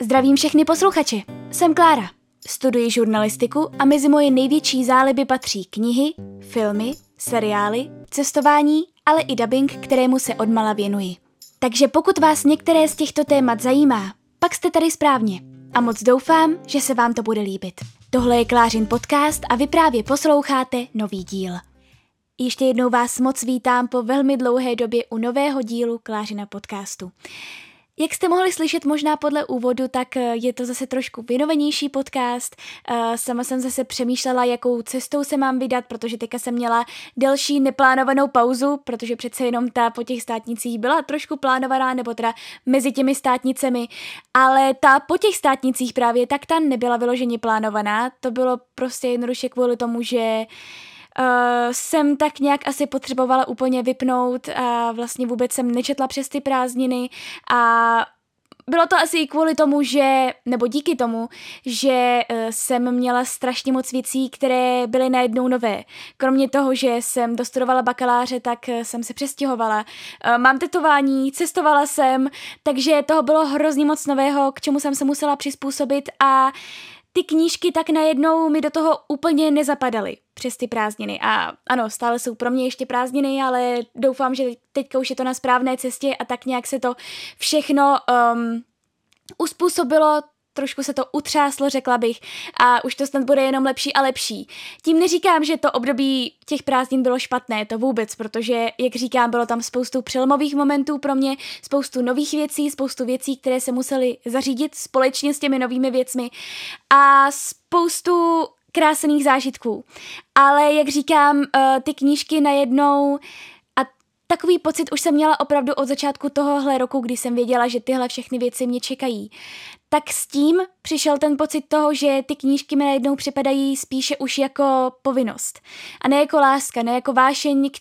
Zdravím všechny posluchače, jsem Klára. Studuji žurnalistiku a mezi moje největší záliby patří knihy, filmy, seriály, cestování, ale i dabing, kterému se odmala věnuji. Takže pokud vás některé z těchto témat zajímá, pak jste tady správně a moc doufám, že se vám to bude líbit. Tohle je Klářin podcast a vy právě posloucháte nový díl. Ještě jednou vás moc vítám po velmi dlouhé době u nového dílu Klářina podcastu. Jak jste mohli slyšet možná podle úvodu, tak je to zase trošku věnovanější podcast. Sama jsem zase přemýšlela, jakou cestou se mám vydat, protože teďka jsem měla delší neplánovanou pauzu, protože přece jenom ta po těch státnicích byla trošku plánovaná, nebo teda mezi těmi státnicemi, ale ta po těch státnicích právě, tak ta nebyla vyloženě plánovaná. To bylo prostě jednoduše kvůli tomu, že jsem tak nějak asi potřebovala úplně vypnout a vlastně vůbec jsem nečetla přes ty prázdniny a bylo to asi i kvůli tomu, nebo díky tomu, že jsem měla strašně moc věcí, které byly najednou nové. Kromě toho, že jsem dostudovala bakaláře, tak jsem se přestěhovala. Mám tetování, cestovala jsem, takže toho bylo hrozně moc nového, k čemu jsem se musela přizpůsobit a ty knížky tak najednou mi do toho úplně nezapadaly přes ty prázdniny. A ano, stále jsou pro mě ještě prázdniny, ale doufám, že teďka už je to na správné cestě a tak nějak se to všechno uspůsobilo, trošku se to utřáslo, řekla bych, a už to snad bude jenom lepší a lepší. Tím neříkám, že to období těch prázdnin bylo špatné, to vůbec, protože, jak říkám, bylo tam spoustu přelomových momentů pro mě, spoustu nových věcí, spoustu věcí, které se musely zařídit společně s těmi novými věcmi a spoustu krásných zážitků. Ale, jak říkám, ty knížky najednou takový pocit už jsem měla opravdu od začátku tohohle roku, kdy jsem věděla, že tyhle všechny věci mě čekají. Tak s tím přišel ten pocit toho, že ty knížky mi najednou připadají spíše už jako povinnost. A ne jako láska, ne jako vášeň,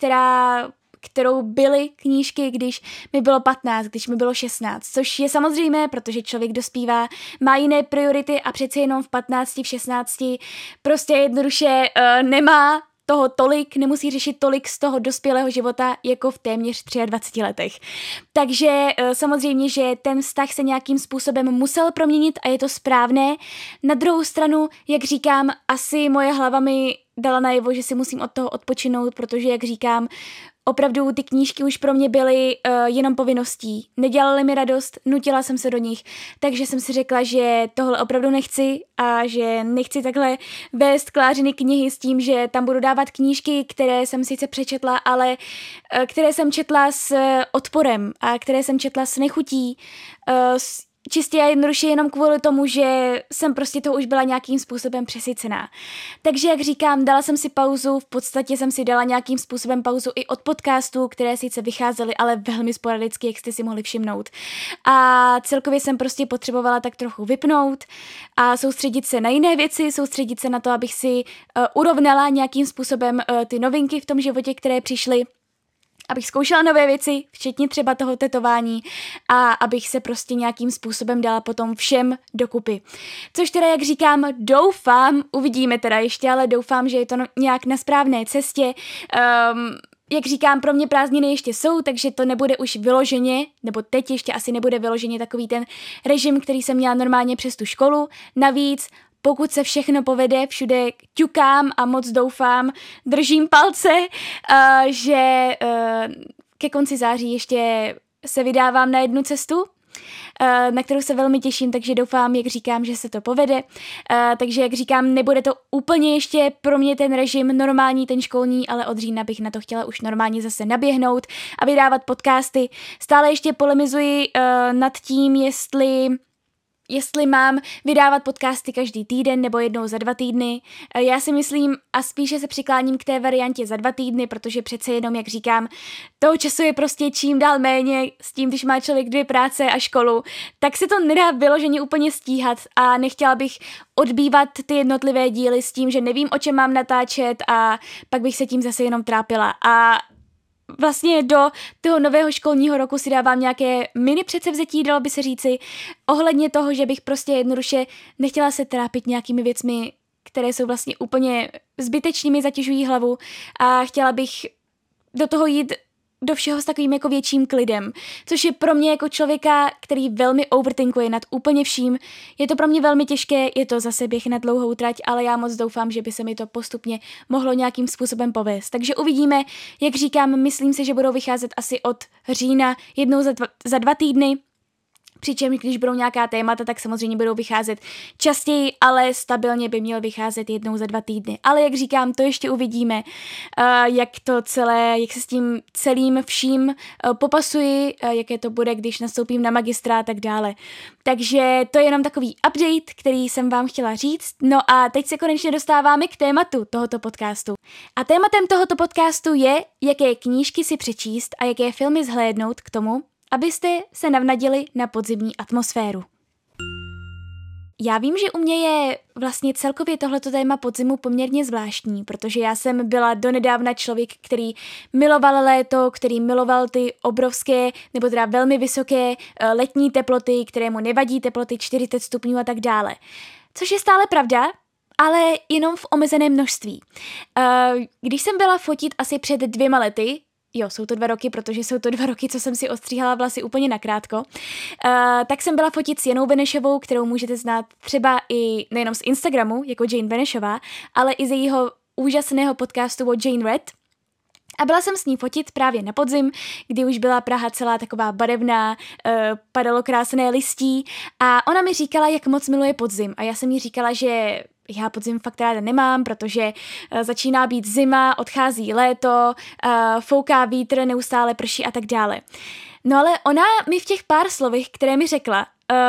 kterou byly knížky, když mi bylo 15, když mi bylo 16. Což je samozřejmé, protože člověk dospívá, má jiné priority a přece jenom v 15, v 16 prostě jednoduše nemá toho tolik, nemusí řešit tolik z toho dospělého života jako v téměř 23 letech. Takže samozřejmě, že ten vztah se nějakým způsobem musel proměnit a je to správné. Na druhou stranu, jak říkám, asi moje hlava mi dala najevo, že si musím od toho odpočinout, protože, jak říkám, opravdu ty knížky už pro mě byly jenom povinností. Nedělaly mi radost, nutila jsem se do nich, takže jsem si řekla, že tohle opravdu nechci a že nechci takhle vést Klářiny knihy s tím, že tam budu dávat knížky, které jsem sice přečetla, ale které jsem četla s odporem a které jsem četla s nechutí, čistě a jednoduše jenom kvůli tomu, že jsem prostě to už byla nějakým způsobem přesycená. Takže, jak říkám, dala jsem si pauzu, v podstatě jsem si dala nějakým způsobem pauzu i od podcastů, které sice vycházely, ale velmi sporadicky, jak jste si mohli všimnout. A celkově jsem prostě potřebovala tak trochu vypnout a soustředit se na jiné věci, soustředit se na to, abych si urovnala nějakým způsobem ty novinky v tom životě, které přišly, abych zkoušela nové věci, včetně třeba toho tetování a abych se prostě nějakým způsobem dala potom všem dokupy. Což teda, jak říkám, doufám, uvidíme teda ještě, ale doufám, že je to nějak na správné cestě. Jak říkám, pro mě prázdniny ještě jsou, takže to nebude už vyloženě, nebo teď ještě asi nebude vyloženě takový ten režim, který jsem měla normálně přes tu školu. Navíc pokud se všechno povede, všude ťukám a moc doufám, držím palce, že ke konci září ještě se vydávám na jednu cestu, na kterou se velmi těším, takže doufám, jak říkám, že se to povede. Takže, jak říkám, nebude to úplně ještě pro mě ten režim normální, ten školní, ale od října bych na to chtěla už normálně zase naběhnout a vydávat podcasty. Stále ještě polemizuji nad tím, jestli mám vydávat podcasty každý týden nebo jednou za 2 týdny. Já si myslím a spíše se přikláním k té variantě za 2 týdny, protože přece jenom, jak říkám, toho času je prostě čím dál méně, s tím, když má člověk 2 práce a školu, tak se to nedá vyloženě úplně stíhat a nechtěla bych odbývat ty jednotlivé díly s tím, že nevím, o čem mám natáčet a pak bych se tím zase jenom trápila. A vlastně do toho nového školního roku si dávám nějaké mini předsevzetí, dalo by se říci, ohledně toho, že bych prostě jednoduše nechtěla se trápit nějakými věcmi, které jsou vlastně úplně zbytečnými, zatěžují hlavu a chtěla bych do toho jít do všeho s takovým jako větším klidem, což je pro mě jako člověka, který velmi overthinkuje nad úplně vším. Je to pro mě velmi těžké, je to zase běh na dlouhou trať, ale já moc doufám, že by se mi to postupně mohlo nějakým způsobem povést. Takže uvidíme, jak říkám, myslím si, že budou vycházet asi od října jednou za 2 týdny. Přičemž když budou nějaká témata, tak samozřejmě budou vycházet častěji, ale stabilně by měl vycházet jednou za 2 týdny. Ale jak říkám, to ještě uvidíme, jak to celé, jak se s tím celým vším popasuji, jaké to bude, když nastoupím na magistra a tak dále. Takže to je jenom takový update, který jsem vám chtěla říct. No a teď se konečně dostáváme k tématu tohoto podcastu. A tématem tohoto podcastu je, jaké knížky si přečíst a jaké filmy zhlédnout k tomu, abyste se navnadili na podzimní atmosféru. Já vím, že u mě je vlastně celkově tohleto téma podzimu poměrně zvláštní, protože já jsem byla donedávna člověk, který miloval léto, který miloval ty obrovské, nebo teda velmi vysoké letní teploty, kterému nevadí teploty 40 stupňů a tak dále. Což je stále pravda, ale jenom v omezeném množství. Když jsem byla fotit asi před 2 lety, jo, jsou to 2 roky, protože jsou to 2 roky, co jsem si ostříhala vlasy úplně nakrátko, tak jsem byla fotit s Janou Benešovou, kterou můžete znát třeba i nejenom z Instagramu, jako Jane Benešová, ale i z jejího úžasného podcastu od Jane Red. A byla jsem s ní fotit právě na podzim, kdy už byla Praha celá taková barevná, padalo krásné listí a ona mi říkala, jak moc miluje podzim. A já jsem jí říkala, že já podzim fakt ráda nemám, protože začíná být zima, odchází léto, fouká vítr, neustále prší a tak dále. No ale ona mi v těch pár slovech, které mi řekla,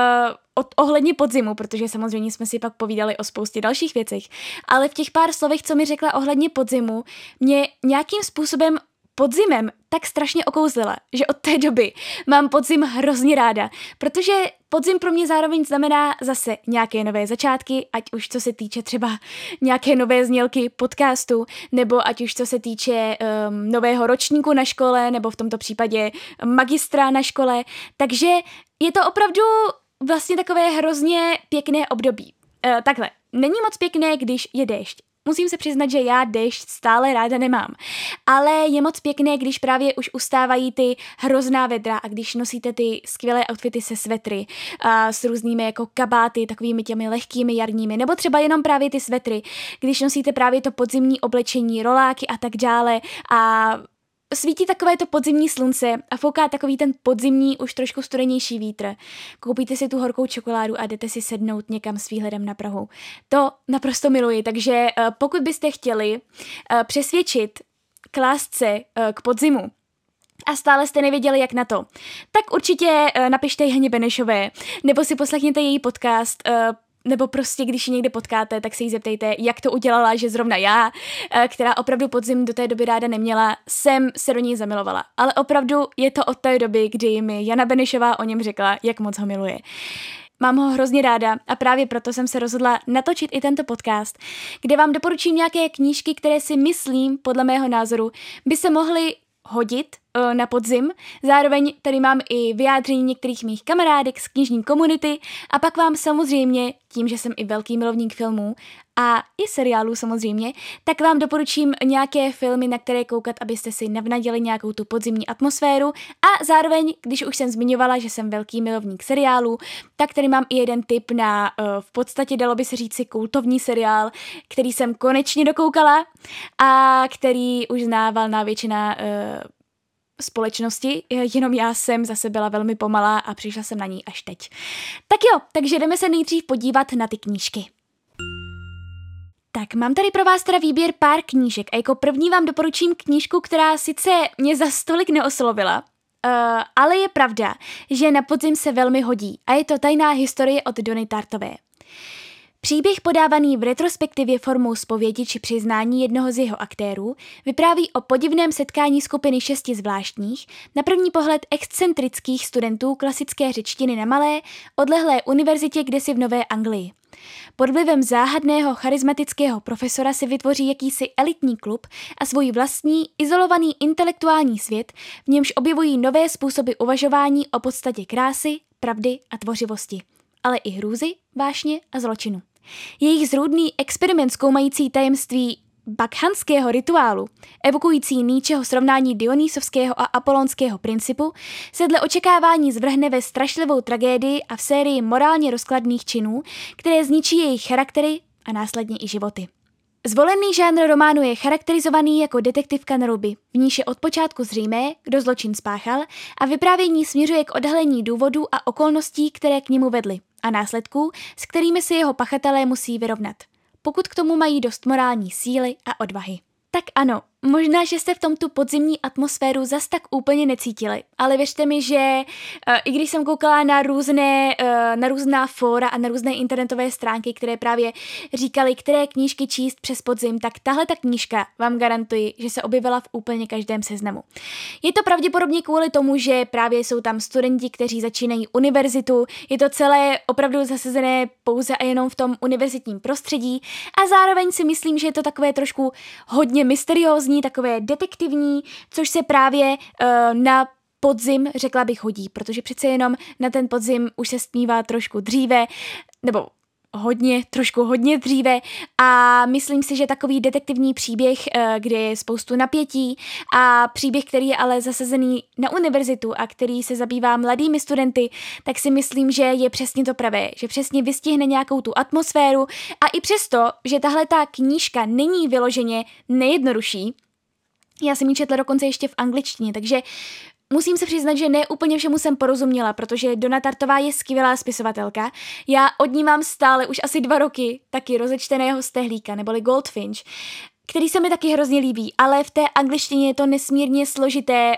ohledně podzimu, protože samozřejmě jsme si pak povídali o spoustě dalších věcech, ale v těch pár slovech, co mi řekla ohledně podzimu, mě nějakým způsobem podzimem tak strašně okouzlila, že od té doby mám podzim hrozně ráda, protože podzim pro mě zároveň znamená zase nějaké nové začátky, ať už co se týče třeba nějaké nové znělky podcastu, nebo ať už co se týče nového ročníku na škole, nebo v tomto případě magistra na škole, takže je to opravdu vlastně takové hrozně pěkné období. Takhle, není moc pěkné, když je déšť. Musím se přiznat, že já déšť stále ráda nemám. Ale je moc pěkné, když právě už ustávají ty hrozná vedra a když nosíte ty skvělé outfity se svetry a s různými jako kabáty, takovými těmi lehkými jarními, nebo třeba jenom právě ty svetry, když nosíte právě to podzimní oblečení, roláky a tak dále a svítí takové to podzimní slunce a fouká takový ten podzimní, už trošku studenější vítr. Koupíte si tu horkou čokoládu a jdete si sednout někam s výhledem na Prahu. To naprosto miluji, takže pokud byste chtěli přesvědčit k lásce k podzimu a stále jste nevěděli, jak na to, tak určitě napište Janě Benešové, nebo si poslechněte její podcast, nebo prostě, když ji někde potkáte, tak se jí zeptejte, jak to udělala, že zrovna já, která opravdu podzim do té doby ráda neměla, jsem se do ní zamilovala. Ale opravdu je to od té doby, kdy mi Jana Benešová o něm řekla, jak moc ho miluje. Mám ho hrozně ráda a právě proto jsem se rozhodla natočit i tento podcast, kde vám doporučím nějaké knížky, které si myslím, podle mého názoru, by se mohly hodit na podzim. Zároveň tady mám i vyjádření některých mých kamarádek z knižní komunity a pak vám samozřejmě, tím, že jsem i velký milovník filmů a i seriálů samozřejmě, tak vám doporučím nějaké filmy, na které koukat, abyste si navnadili nějakou tu podzimní atmosféru a zároveň, když už jsem zmiňovala, že jsem velký milovník seriálů, tak tady mám i jeden tip na v podstatě dalo by se říci kultovní seriál, který jsem konečně dokoukala a který už zná valná většina společnosti, jenom já jsem zase byla velmi pomalá a přišla jsem na ní až teď. Tak jo, takže jdeme se nejdřív podívat na ty knížky. Tak, mám tady pro vás teda výběr pár knížek a jako první vám doporučím knížku, která sice mě za stolik neoslovila, ale je pravda, že na podzim se velmi hodí a je to Tajná historie od Donny Tarttové. Příběh podávaný v retrospektivě formou zpovědi či přiznání jednoho z jeho aktérů vypráví o podivném setkání skupiny 6 zvláštních, na první pohled excentrických studentů klasické řečtiny na malé, odlehlé univerzitě kdesi v Nové Anglii. Pod vlivem záhadného charismatického profesora si vytvoří jakýsi elitní klub a svůj vlastní, izolovaný intelektuální svět, v němž objevují nové způsoby uvažování o podstatě krásy, pravdy a tvořivosti, ale i hrůzy, vášně a zločinu. Jejich zrůdný experiment zkoumající tajemství bakchanského rituálu, evokující Nietzscheho srovnání Dionýsovského a apolonského principu, se dle očekávání zvrhne ve strašlivou tragédii a v sérii morálně rozkladných činů, které zničí jejich charaktery a následně i životy. Zvolený žánr románu je charakterizovaný jako detektivka na ruby, v níž je od počátku zřejmé, kdo zločin spáchal, a vyprávění směřuje k odhalení důvodů a okolností, které k němu vedly, a následků, s kterými se jeho pachatelé musí vyrovnat, pokud k tomu mají dost morální síly a odvahy. Tak ano, možná, že jste v tom tu podzimní atmosféru zas tak úplně necítili, ale věřte mi, že i když jsem koukala na různá fóra a na různé internetové stránky, které právě říkali, které knížky číst přes podzim, tak tahle ta knížka vám garantuji, že se objevila v úplně každém seznamu. Je to pravděpodobně kvůli tomu, že právě jsou tam studenti, kteří začínají univerzitu, je to celé opravdu zasazené pouze a jenom v tom univerzitním prostředí a zároveň si myslím, že je to takové trošku hodně mysteriózní, takové detektivní, což se právě na podzim, řekla bych, hodí, protože přece jenom na ten podzim už se smívá trošku dříve, nebo trošku hodně dříve a myslím si, že takový detektivní příběh, kde je spoustu napětí a příběh, který je ale zasazený na univerzitu a který se zabývá mladými studenty, tak si myslím, že je přesně to pravé, že přesně vystihne nějakou tu atmosféru a i přesto, že tahle ta knížka není vyloženě nejjednodušší, já jsem ji četla dokonce ještě v angličtině, takže musím se přiznat, že ne úplně všemu jsem porozuměla, protože Donna Tarttová je skvělá spisovatelka. Já od ní mám stále už asi 2 roky taky Rozečteného stehlíka, neboli Goldfinch, který se mi taky hrozně líbí, ale v té angličtině je to nesmírně složité,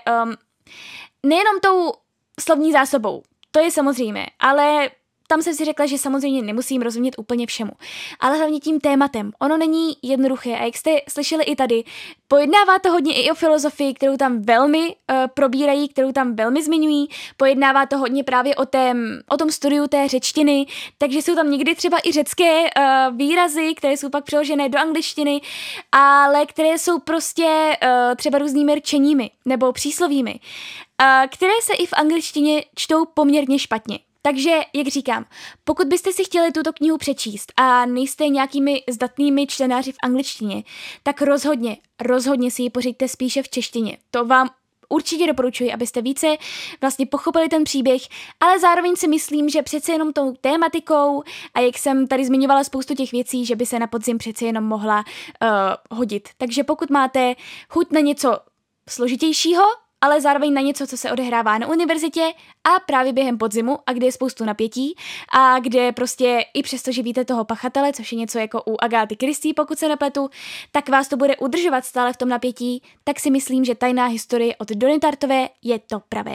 nejenom tou slovní zásobou, to je samozřejmé, ale tam jsem si řekla, že samozřejmě nemusím rozumět úplně všemu, ale hlavně tím tématem. Ono není jednoduché a jak jste slyšeli i tady, pojednává to hodně i o filozofii, kterou tam velmi probírají, kterou tam velmi zmiňují, pojednává to hodně právě o tom studiu té řečtiny, takže jsou tam někdy třeba i řecké výrazy, které jsou pak přeložené do angličtiny, ale které jsou prostě třeba různými rčeními nebo příslovími, které se i v angličtině čtou poměrně špatně. Takže, jak říkám, pokud byste si chtěli tuto knihu přečíst a nejste nějakými zdatnými čtenáři v angličtině, tak rozhodně si ji pořiďte spíše v češtině. To vám určitě doporučuji, abyste více vlastně pochopili ten příběh, ale zároveň si myslím, že přece jenom tou tématikou a jak jsem tady zmiňovala spoustu těch věcí, že by se na podzim přece jenom mohla hodit. Takže pokud máte chuť na něco složitějšího, ale zároveň na něco, co se odehrává na univerzitě a právě během podzimu a kde je spoustu napětí a kde prostě i přesto, že víte toho pachatele, což je něco jako u Agáty Christie, pokud se nepletu, tak vás to bude udržovat stále v tom napětí, tak si myslím, že Tajná historie od Donny Tarttové je to pravé.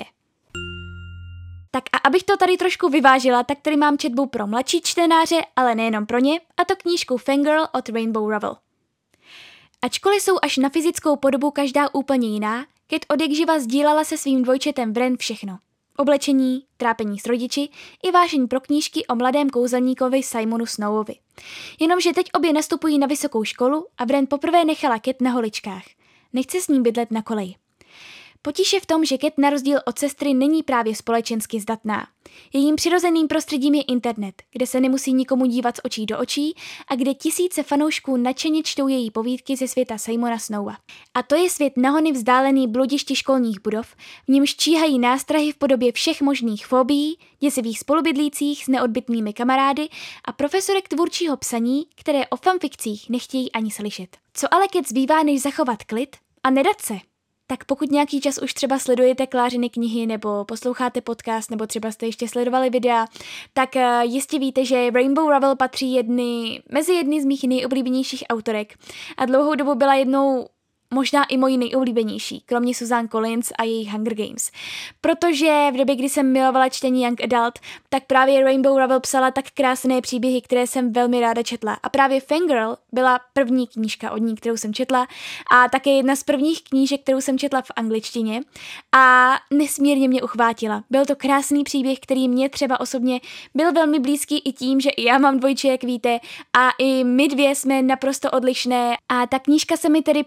Tak a abych to tady trošku vyvážila, tak tady mám četbu pro mladší čtenáře, ale nejenom pro ně, a to knížku Fangirl od Rainbow Rowell. Ačkoliv jsou až na fyzickou podobu každá úplně jiná, Cat odjakživa sdílela se svým dvojčetem Wren všechno. Oblečení, trápení s rodiči i vášeň pro knížky o mladém kouzelníkovi Simonu Snowovi. Jenomže teď obě nastupují na vysokou školu a Wren poprvé nechala Cat na holičkách. Nechce s ním bydlet na koleji. Potíž je v tom, že Cat na rozdíl od sestry není právě společensky zdatná. Jejím přirozeným prostředím je internet, kde se nemusí nikomu dívat z očí do očí a kde tisíce fanoušků nadšeně čtou její povídky ze světa Simona Snowa. A to je svět nahony vzdálený bludišti školních budov, v němž číhají nástrahy v podobě všech možných fobií, děsivých spolubydlících s neodbytnými kamarády a profesorek tvůrčího psaní, které o fanfikcích nechtějí ani slyšet. Co ale Cat zbývá, než zachovat klid a nedat se? Tak pokud nějaký čas už třeba sledujete Klářiny knihy nebo posloucháte podcast nebo třeba jste ještě sledovali videa, tak jistě víte, že Rainbow Rowell patří mezi jedny z mých nejoblíbenějších autorek a dlouhou dobu byla jednou možná i mojí nejoblíbenější, kromě Suzanne Collins a jejich Hunger Games. Protože v době, kdy jsem milovala čtení young adult, tak právě Rainbow Rowell psala tak krásné příběhy, které jsem velmi ráda četla. A právě Fangirl byla první knížka od ní, kterou jsem četla a také jedna z prvních knížek, kterou jsem četla v angličtině a nesmírně mě uchvátila. Byl to krásný příběh, který mě třeba osobně byl velmi blízký i tím, že i já mám dvojče, jak víte, a i my dvě jsme naprosto odlišné a ta knížka se mi tedy prostě a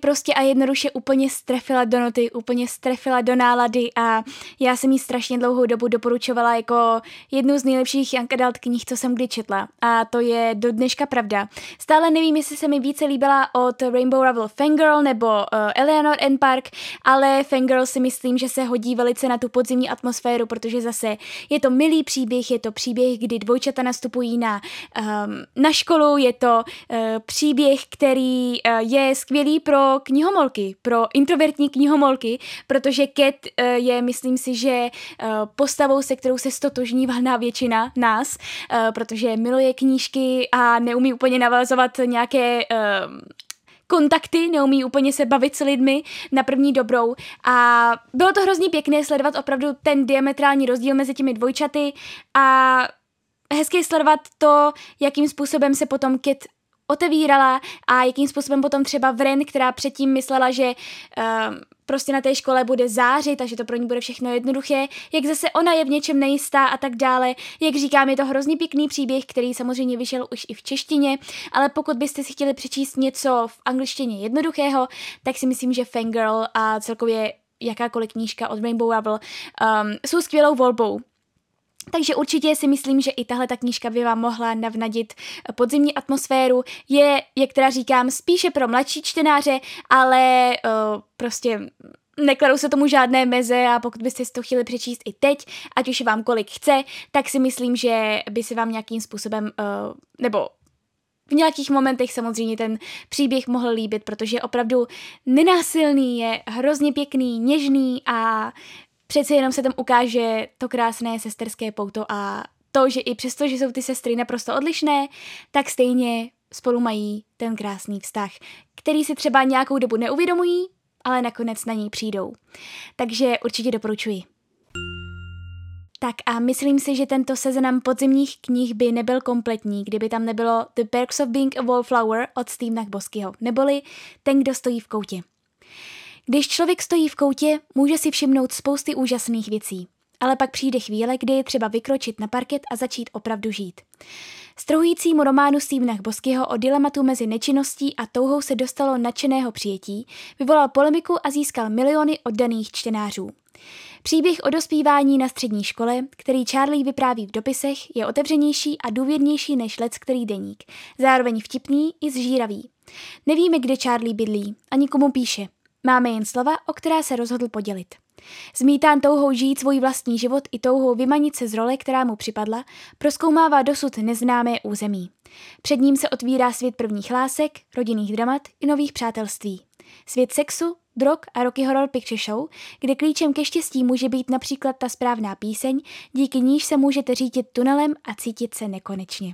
jednoduše úplně strefila do noty, úplně strefila do nálady a já jsem jí strašně dlouhou dobu doporučovala jako jednu z nejlepších young adult knih, co jsem kdy četla. A to je do dneška pravda. Stále nevím, jestli se mi více líbila od Rainbow Rowell Fangirl nebo Eleanor N. Park, ale Fangirl si myslím, že se hodí velice na tu podzimní atmosféru, protože zase je to milý příběh, je to příběh, kdy dvojčata nastupují na školu, je to příběh, který je skvělý pro knihomolky, pro introvertní knihomolky, protože Cat je, myslím si, že postavou, se kterou se stotožní valná většina nás, protože miluje knížky a neumí úplně navazovat nějaké kontakty, neumí úplně se bavit s lidmi na první dobrou a bylo to hrozně pěkné sledovat opravdu ten diametrální rozdíl mezi těmi dvojčaty a hezké sledovat to, jakým způsobem se potom Cat otevírala a jakým způsobem potom třeba Vren, která předtím myslela, že prostě na té škole bude zářit a že to pro ní bude všechno jednoduché, jak zase ona je v něčem nejistá a tak dále. Jak říkám, je to hrozně pěkný příběh, který samozřejmě vyšel už i v češtině, ale pokud byste si chtěli přečíst něco v angličtině jednoduchého, tak si myslím, že Fangirl a celkově jakákoliv knížka od Rainbow Rowell jsou skvělou volbou. Takže určitě si myslím, že i tahle ta knížka by vám mohla navnadit podzimní atmosféru. Je, jak teda říkám, spíše pro mladší čtenáře, ale prostě nekladou se tomu žádné meze a pokud byste si to chtěli přečíst i teď, ať už vám kolik chce, tak si myslím, že by se vám nějakým způsobem, nebo v nějakých momentech samozřejmě ten příběh mohl líbit, protože je opravdu nenásilný, je hrozně pěkný, něžný a přece jenom se tam ukáže to krásné sesterské pouto a to, že i přesto, že jsou ty sestry naprosto odlišné, tak stejně spolu mají ten krásný vztah, který si třeba nějakou dobu neuvědomují, ale nakonec na něj přijdou. Takže určitě doporučuji. Tak a myslím si, že tento seznam podzimních knih by nebyl kompletní, kdyby tam nebylo The Perks of Being a Wallflower od Stephena Boskyho, neboli Ten, kdo stojí v koutě. Když člověk stojí v koutě, může si všimnout spousty úžasných věcí, ale pak přijde chvíle, kdy je třeba vykročit na parket a začít opravdu žít. Strhujícímu románu Stephena Boskyho o dilematu mezi nečinností a touhou se dostalo nadšeného přijetí, vyvolal polemiku a získal miliony oddaných čtenářů. Příběh o dospívání na střední škole, který Charlie vypráví v dopisech, je otevřenější a důvěrnější než leckterý deník, zároveň vtipný i zžíravý. Nevíme, kde Charlie bydlí, ani komu píše. Máme jen slova, o která se rozhodl podělit. Zmítán touhou žít svůj vlastní život i touhou vymanit se z role, která mu připadla, prozkoumává dosud neznámé území. Před ním se otvírá svět prvních lásek, rodinných dramat i nových přátelství. Svět sexu, drog a Rocky Horror Picture Show, kde klíčem ke štěstí může být například ta správná píseň, díky níž se můžete řídit tunelem a cítit se nekonečně.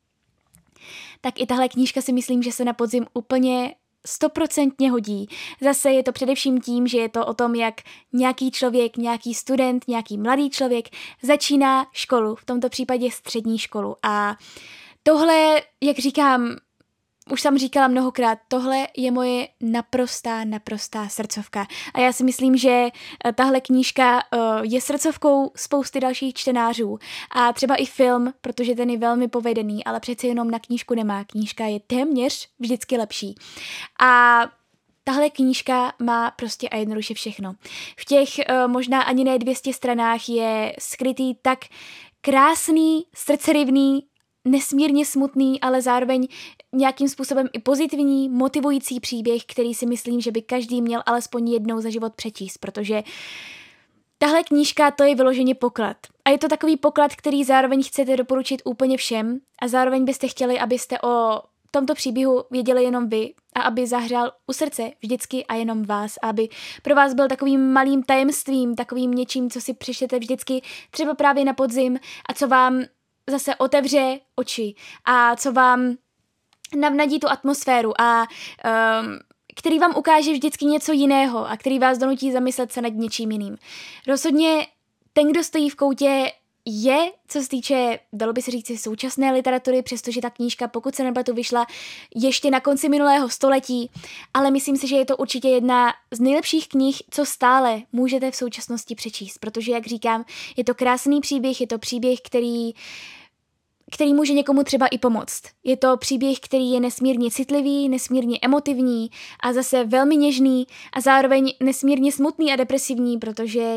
Tak i tahle knížka si myslím, že se na podzim úplně 100% hodí. Zase je to především tím, že je to o tom, jak nějaký člověk, nějaký student, nějaký mladý člověk začíná školu, v tomto případě střední školu. A tohle, jak říkám, už jsem říkala mnohokrát, tohle je moje naprostá srdcovka. A já si myslím, že tahle knížka je srdcovkou spousty dalších čtenářů. A třeba i film, protože ten je velmi povedený, ale přece jenom na knížku nemá. Knížka je téměř vždycky lepší. A tahle knížka má prostě a jednoduše všechno. V těch možná ani ne 200 stranách je skrytý tak krásný, srdcerivný, nesmírně smutný, ale zároveň nějakým způsobem i pozitivní, motivující příběh, který si myslím, že by každý měl alespoň jednou za život přečíst, protože tahle knížka to je vyloženě poklad. A je to takový poklad, který zároveň chcete doporučit úplně všem a zároveň byste chtěli, abyste o tomto příběhu věděli jenom vy a aby zahřál u srdce vždycky a jenom vás, a aby pro vás byl takovým malým tajemstvím, takovým něčím, co si přečtete vždycky třeba právě na podzim a co vám zase otevře oči a co vám navnadí tu atmosféru a který vám ukáže vždycky něco jiného a který vás donutí zamyslet se nad něčím jiným. Rozhodně Ten, kdo stojí v koutě, je, co se týče, dalo by se říct, současné literatury, přestože ta knížka, pokud se nepletu, vyšla ještě na konci minulého století, ale myslím si, že je to určitě jedna z nejlepších knih, co stále můžete v současnosti přečíst, protože, jak říkám, je to krásný příběh, je to příběh, který může někomu třeba i pomoct. Je to příběh, který je nesmírně citlivý, nesmírně emotivní a zase velmi něžný a zároveň nesmírně smutný a depresivní, protože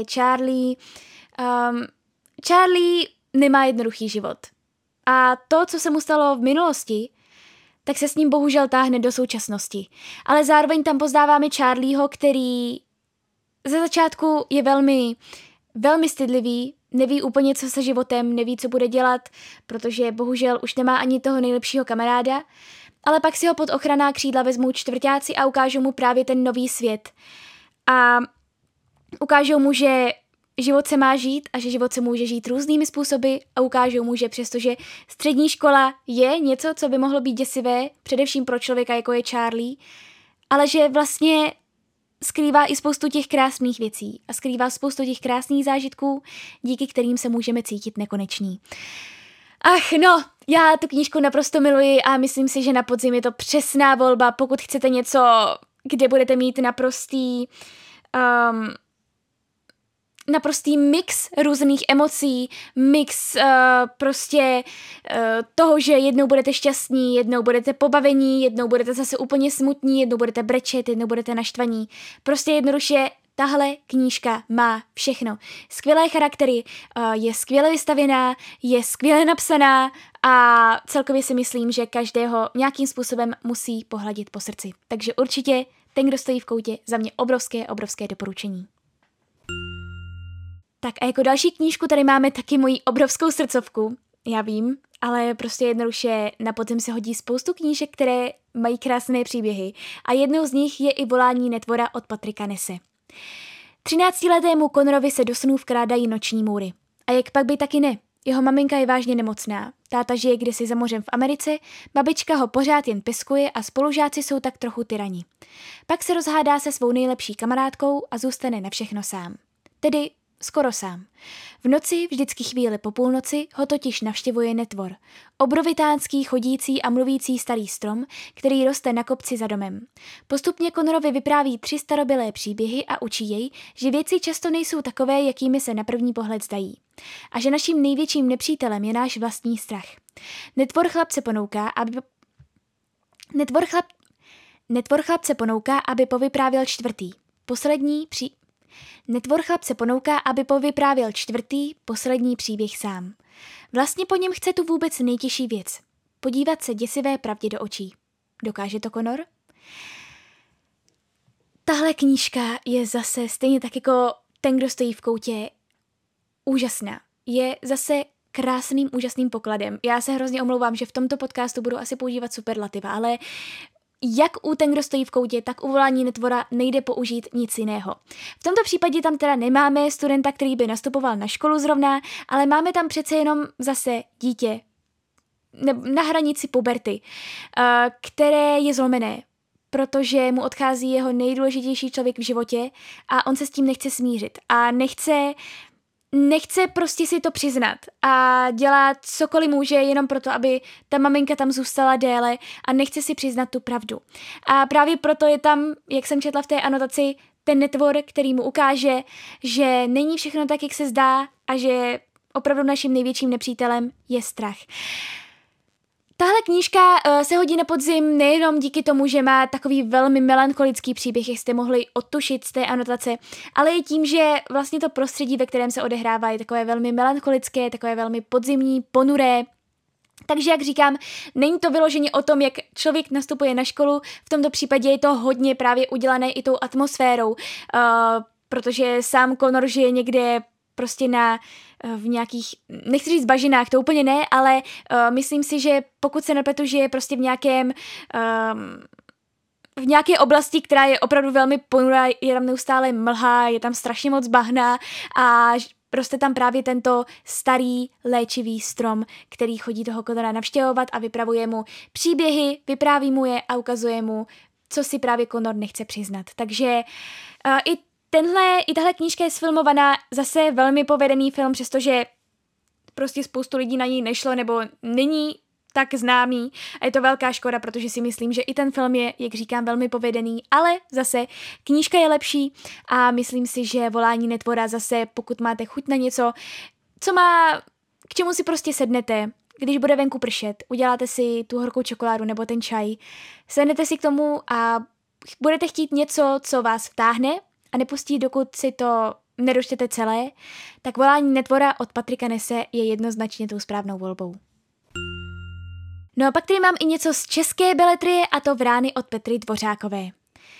Charlie nemá jednoduchý život. A to, co se mu stalo v minulosti, tak se s ním bohužel táhne do současnosti. Ale zároveň tam poznáváme Charlieho, který ze začátku je velmi, velmi stydlivý, neví úplně, co se životem, neví, co bude dělat, protože bohužel už nemá ani toho nejlepšího kamaráda, ale pak si ho pod ochranná křídla vezmou čtvrťáci a ukážou mu právě ten nový svět. A ukážou mu, že život se má žít a že život se může žít různými způsoby a ukážou mu, že přestože střední škola je něco, co by mohlo být děsivé, především pro člověka, jako je Charlie, ale že vlastně skrývá i spoustu těch krásných věcí a skrývá spoustu těch krásných zážitků, díky kterým se můžeme cítit nekoneční. Ach no, já tu knížku naprosto miluji a myslím si, že na podzim je to přesná volba, pokud chcete něco, kde budete mít naprostý mix různých emocí, mix toho, že jednou budete šťastní, jednou budete pobavení, jednou budete zase úplně smutní, jednou budete brečet, jednou budete naštvaní. Prostě jednoduše tahle knížka má všechno. Skvělé charaktery, je skvěle vystavěná, je skvěle napsaná a celkově si myslím, že každého nějakým způsobem musí pohladit po srdci. Takže určitě Ten, kdo stojí v koutě, za mě obrovské doporučení. Tak a jako další knížku tady máme taky moji obrovskou srdcovku, já vím, ale prostě jednoduše na podzim se hodí spoustu knížek, které mají krásné příběhy a jednou z nich je i Volání netvora od Patricka Nesse. 13letému Conorovi se do snů vkrádají noční můry. A jak pak by taky ne? Jeho maminka je vážně nemocná, táta žije kdysi za mořem v Americe, babička ho pořád jen peskuje a spolužáci jsou tak trochu tyrani. Pak se rozhádá se svou nejlepší kamarádkou a zůstane na všechno sám. Tedy skoro sám. V noci, vždycky chvíli po půlnoci, ho totiž navštěvuje netvor. Obrovitánský, chodící a mluvící starý strom, který roste na kopci za domem. Postupně Conorovi vypráví 3 starobylé příběhy a učí jej, že věci často nejsou takové, jakými se na první pohled zdají. A že naším největším nepřítelem je náš vlastní strach. Netvor chlapce ponouká, aby povyprávěl poslední příběh sám. Vlastně po něm chce tu vůbec nejtěžší věc. Podívat se děsivé pravdě do očí. Dokáže to Conor? Tahle knížka je zase stejně tak jako Ten, kdo stojí v koutě, úžasná. Je zase krásným, úžasným pokladem. Já se hrozně omlouvám, že v tomto podcastu budu asi používat superlativa, ale jak u Ten, kdo stojí v koutě, tak u Volání netvora nejde použít nic jiného. V tomto případě tam teda nemáme studenta, který by nastupoval na školu zrovna, ale máme tam přece jenom zase dítě na hranici puberty, které je zlomené, protože mu odchází jeho nejdůležitější člověk v životě a on se s tím nechce smířit a nechce prostě si to přiznat a dělá cokoliv může jenom proto, aby ta maminka tam zůstala déle a nechce si přiznat tu pravdu. A právě proto je tam, jak jsem četla v té anotaci, ten netvor, který mu ukáže, že není všechno tak, jak se zdá a že opravdu naším největším nepřítelem je strach. Tahle knížka se hodí na podzim nejenom díky tomu, že má takový velmi melancholický příběh, jak jste mohli odtušit z té anotace, ale i tím, že vlastně to prostředí, ve kterém se odehrává, je takové velmi melancholické, takové velmi podzimní, ponuré. Takže, jak říkám, není to vyloženě o tom, jak člověk nastupuje na školu, v tomto případě je to hodně právě udělané i tou atmosférou, protože sám Conor žije někde prostě v nějakých, nechci říct bažinách, to úplně ne, ale myslím si, že pokud se nepletu, že je prostě v nějaké oblasti, která je opravdu velmi ponurá, je tam neustále mlha, je tam strašně moc bahna a roste tam právě tento starý léčivý strom, který chodí toho Conora navštěvovat a vypravuje mu příběhy, vypráví mu je a ukazuje mu, co si právě Conor nechce přiznat. Takže i tahle knížka je sfilmovaná, zase velmi povedený film, přestože prostě spoustu lidí na ní nešlo nebo není tak známý a je to velká škoda, protože si myslím, že i ten film je, jak říkám, velmi povedený, ale zase knížka je lepší a myslím si, že Volání netvora zase, pokud máte chuť na něco, k čemu si prostě sednete, když bude venku pršet, uděláte si tu horkou čokoládu nebo ten čaj, sednete si k tomu a budete chtít něco, co vás vtáhne a nepustí, dokud si to nedočtete celé, tak Volání netvora od Patrika Nesse je jednoznačně tou správnou volbou. No a pak tady mám i něco z české beletrie, a to Vrány od Petry Dvořákové.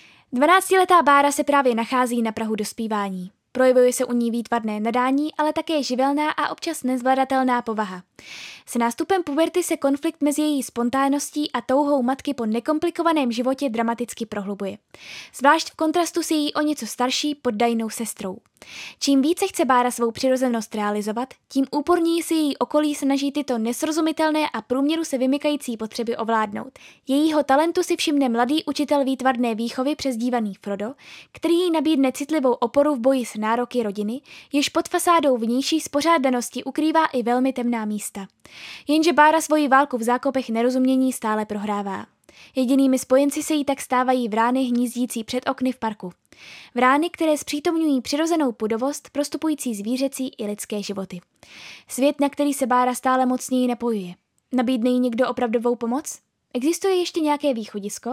12letá Bára se právě nachází na prahu dospívání. Projevuje se u ní výtvarné nadání, ale také živelná a občas nezvladatelná povaha. S nástupem puberty se konflikt mezi její spontánností a touhou matky po nekomplikovaném životě dramaticky prohlubuje. Zvlášť v kontrastu s její o něco starší poddajnou sestrou. Čím více chce Bára svou přirozenost realizovat, tím úporněji si její okolí snaží tyto nesrozumitelné a průměru se vymykající potřeby ovládnout. Jejího talentu si všimne mladý učitel výtvarné výchovy přezdívaný Frodo, který jí nabídne citlivou oporu v boji s nároky rodiny, jež pod fasádou vnější spořádanosti ukrývá i velmi temná místa. Jenže Bára svoji válku v zákopech nerozumění stále prohrává. Jedinými spojenci se jí tak stávají vrány hnízdící před okny v parku. Vrány, které zpřítomňují přirozenou pudovost, prostupující zvířecí i lidské životy. Svět, na který se Bára stále mocněji napojuje. Nabídne jí někdo opravdovou pomoc? Existuje ještě nějaké východisko?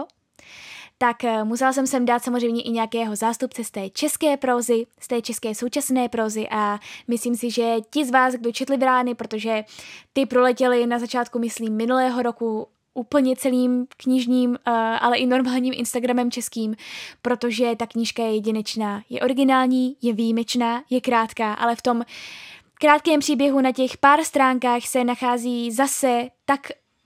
Tak musela jsem sem dát samozřejmě i nějakého zástupce z té české prózy, z té české současné prózy a myslím si, že ti z vás, kdo četli Vrány, protože ty proletěli na začátku, myslím, minulého roku úplně celým knižním, ale i normálním Instagramem českým, protože ta knížka je jedinečná, je originální, je výjimečná, je krátká, ale v tom krátkém příběhu na těch pár stránkách se nachází zase tak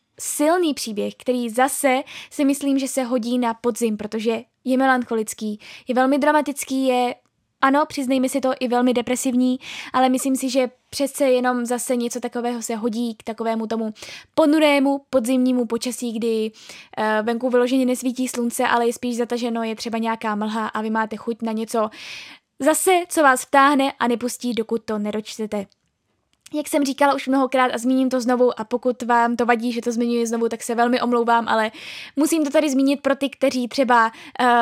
silný příběh, který zase si myslím, že se hodí na podzim, protože je melancholický, je velmi dramatický, je, ano, přiznejme si to, i velmi depresivní, ale myslím si, že přece jenom zase něco takového se hodí k takovému tomu ponurému podzimnímu počasí, kdy venku vyloženě nesvítí slunce, ale je spíš zataženo, je třeba nějaká mlha a vy máte chuť na něco zase, co vás vtáhne a nepustí, dokud to nedočtete. Jak jsem říkala už mnohokrát a zmíním to znovu a pokud vám to vadí, že to zmiňuji znovu, tak se velmi omlouvám, ale musím to tady zmínit pro ty, kteří třeba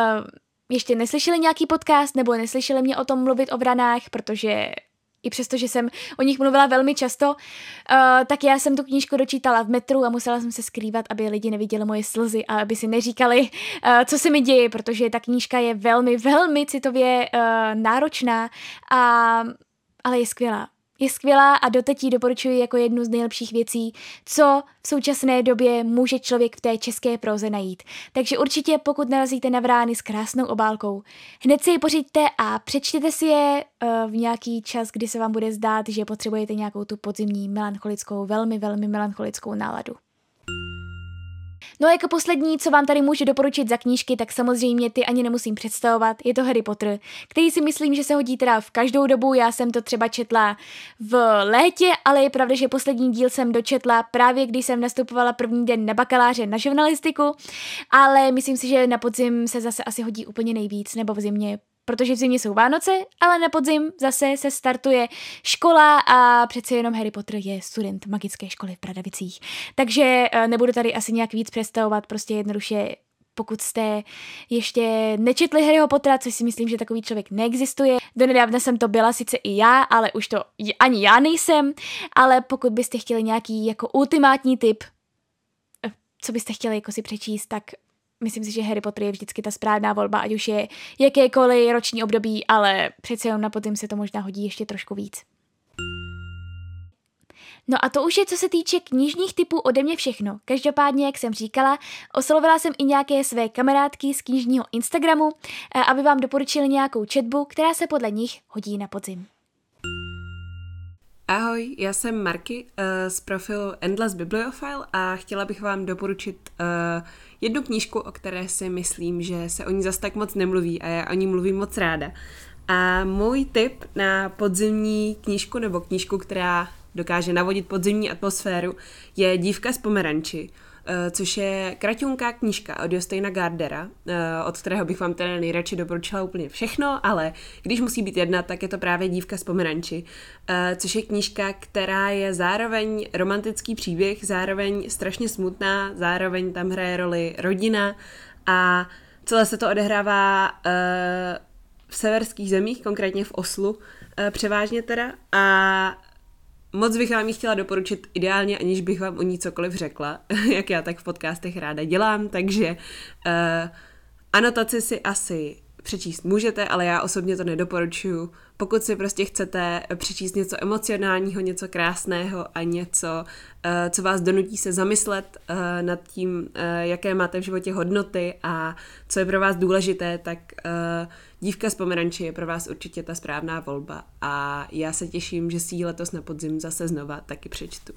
ještě neslyšeli nějaký podcast nebo neslyšeli mě o tom mluvit o Vranách, protože i přesto, že jsem o nich mluvila velmi často, tak já jsem tu knížku dočítala v metru a musela jsem se skrývat, aby lidi neviděli moje slzy a aby si neříkali, co se mi děje, protože ta knížka je velmi, velmi citově náročná, ale je skvělá. Je skvělá a doteď ji doporučuji jako jednu z nejlepších věcí, co v současné době může člověk v té české próze najít. Takže určitě, pokud narazíte na Vrány s krásnou obálkou, hned si ji pořiďte a přečtěte si je v nějaký čas, kdy se vám bude zdát, že potřebujete nějakou tu podzimní melancholickou, velmi, velmi melancholickou náladu. No a jako poslední, co vám tady můžu doporučit za knížky, tak samozřejmě ty ani nemusím představovat, je to Harry Potter, který si myslím, že se hodí teda v každou dobu, já jsem to třeba četla v létě, ale je pravda, že poslední díl jsem dočetla právě když jsem nastupovala první den na bakaláře na žurnalistiku, ale myslím si, že na podzim se zase asi hodí úplně nejvíc, nebo v zimě, protože v zimě jsou Vánoce, ale na podzim zase se startuje škola a přece jenom Harry Potter je student magické školy v Pradavicích. Takže nebudu tady asi nějak víc představovat, prostě jednoduše, pokud jste ještě nečetli Harryho Pottera, což si myslím, že takový člověk neexistuje. Donedávna jsem to byla sice i já, ale už to ani já nejsem, ale pokud byste chtěli nějaký jako ultimátní tip, co byste chtěli jako si přečíst, tak myslím si, že Harry Potter je vždycky ta správná volba, ať už je jakékoliv roční období, ale přece jenom na podzim se to možná hodí ještě trošku víc. No a to už je, co se týče knižních typů ode mě všechno. Každopádně, jak jsem říkala, oslovila jsem i nějaké své kamarádky z knižního Instagramu, aby vám doporučili nějakou četbu, která se podle nich hodí na podzim. Ahoj, já jsem Marky z profilu Endless Bibliophile a chtěla bych vám doporučit jednu knížku, o které si myslím, že se o ní zas tak moc nemluví a já o ní mluvím moc ráda. A můj tip na podzimní knížku nebo knížku, která dokáže navodit podzimní atmosféru, je Dívka z Pomeranči, což je kraťunká knížka od Josteina Gardera, od kterého bych vám teda nejradši doporučila úplně všechno, ale když musí být jedna, tak je to právě Dívka z Pomeranči, což je knížka, která je zároveň romantický příběh, zároveň strašně smutná, zároveň tam hraje roli rodina a celé se to odehrává v severských zemích, konkrétně v Oslu, převážně teda, a moc bych vám ji chtěla doporučit ideálně, aniž bych vám o ní cokoliv řekla, jak já tak v podcastech ráda dělám, takže anotaci si asi přečíst můžete, ale já osobně to nedoporučuju. Pokud si prostě chcete přečíst něco emocionálního, něco krásného a něco, co vás donutí se zamyslet nad tím, jaké máte v životě hodnoty a co je pro vás důležité, tak Dívka z Pomeranče je pro vás určitě ta správná volba a já se těším, že si ji letos na podzim zase znova taky přečtu.